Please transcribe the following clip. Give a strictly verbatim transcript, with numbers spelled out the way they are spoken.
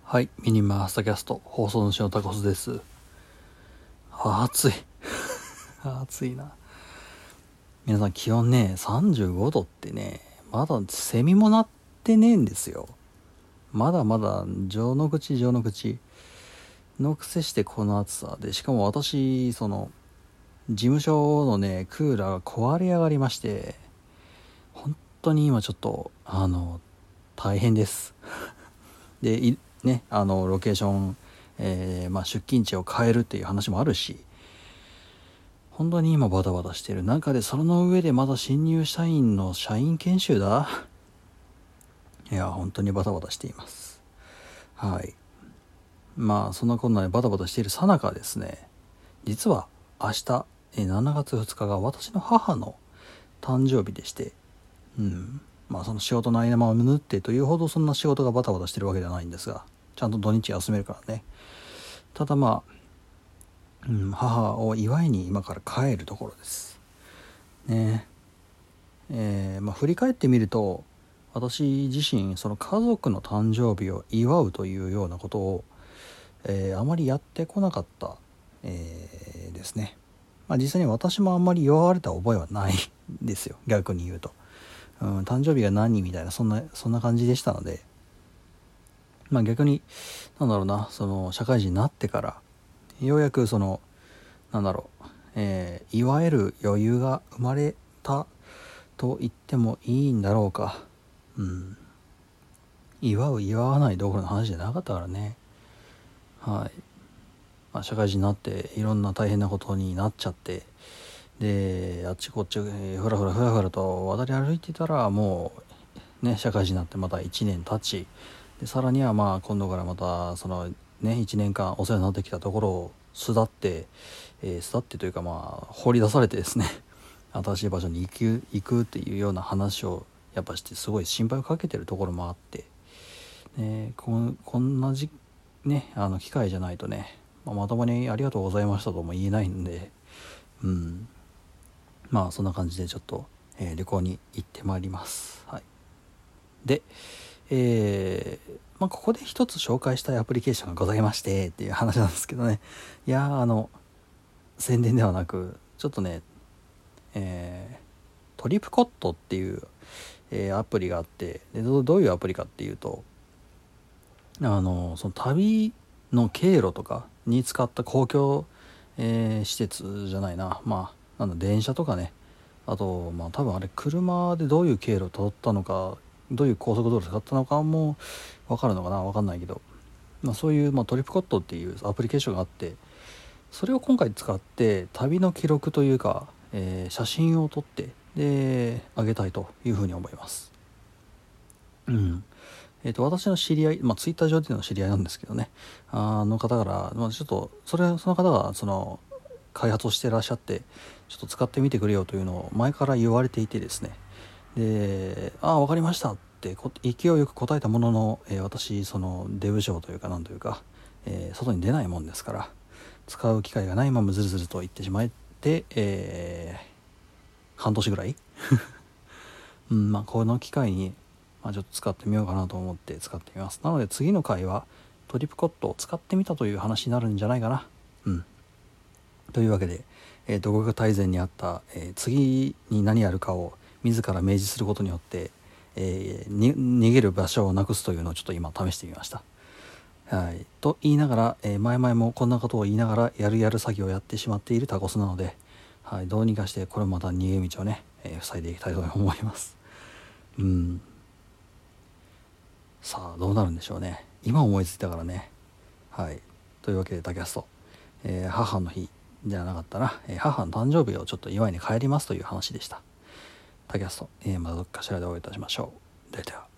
はい、ミニマースタキャスト放送主のタコスです。あ暑い暑いな。皆さん、気温ねさんじゅうごどってね、まだセミも鳴ってねえんですよ。まだまだ序の口序の口のくせして、この暑さで、しかも私その事務所のねクーラーが壊れ上がりまして、本当に今ちょっとあの大変ですでいね、あのロケーション、えーまあ、出勤地を変えるっていう話もあるし、本当に今バタバタしてる中で、その上でまだ新入社員の社員研修だ。いや本当にバタバタしています。はい。まあそんなこんなでバタバタしている最中ですね、実は明日しちがつふつかが私の母の誕生日でして、うんまあその仕事の合間を縫ってというほどそんな仕事がバタバタしてるわけではないんですが、ちゃんと土日休めるからね。ただまあ、うん、母を祝いに今から帰るところですね。えー、まあ振り返ってみると、私自身その家族の誕生日を祝うというようなことを、えー、あまりやってこなかった、えー、ですね。まあ実際に私もあんまり祝われた覚えはないんですよ、逆に言うと。うん、誕生日が何みたいな、そんなそんな感じでしたので、まあ逆になんだろうな、その社会人になってからようやくそのなんだろう、えー、祝える余裕が生まれたと言ってもいいんだろうか。うん、祝う祝わないどころの話じゃなかったからね。はい。まあ、社会人になっていろんな大変なことになっちゃって、であっちこっちふらふらふらふらと渡り歩いてたら、もうね社会人になってまたいちねん経ち、でさらにはまあ今度からまたそのねいちねんかんお世話になってきたところを巣立って、えー、巣立ってというかまあ放り出されてですね、新しい場所に行く行くっていうような話をやっぱして、すごい心配をかけてるところもあって、ね、こんこんなじねあの機会じゃないとね、まあ、まともにありがとうございましたとも言えないんで、うんまあそんな感じでちょっと、えー、旅行に行ってまいります。はい。で、えーまあ、ここで一つ紹介したいアプリケーションがございましてっていう話なんですけどね。いやーあの宣伝ではなく、ちょっとね、えー、トリプコットっていう、えーアプリがあって、で ど, どういうアプリかっていうと、あのその旅の経路とかに使った公共、えー施設じゃないな、まあなんだ電車とかね、あとまあ多分あれ車でどういう経路をたどったのか、どういう高速道路を使ったのかも分かるのかな、分かんないけど、まあ、そういう、まあ、トリプコットっていうアプリケーションがあって、それを今回使って旅の記録というか、えー写真を撮ってであげたいというふうに思います。うんえー、と私の知り合い、まあ、ツイッター上での知り合いなんですけどね、あの方から、まあ、ちょっとそれその方がその開発をしていらっしゃって、ちょっと使ってみてくれよというのを前から言われていてですね、でああ分かりましたって勢いよく答えたものの、えー、私そのデブ症というかなんというか、えー外に出ないもんですから、使う機会がないままずるずると言ってしまって、えー半年ぐらいうんまあこの機会に、まあ、ちょっと使ってみようかなと思って使ってみます。なので次の回はトリプコットを使ってみたという話になるんじゃないかな。うんというわけで、えー、動画大全にあった、えー次に何やるかを自ら明示することによって、えーに逃げる場所をなくすというのをちょっと今試してみました。はい、と言いながら、えー前々もこんなことを言いながらやるやる作業をやってしまっているタコスなので、はい、どうにかしてこれまた逃げ道をね、えー塞いでいきたいと思います。うんさあどうなるんでしょうね、今思いついたからね。はいというわけでタキャスト、えー母の日じゃなかったな、えー母の誕生日をちょっと祝いに帰りますという話でした。タキャスト、えーまたどっかしらでお会いいたしましょう。ではでは。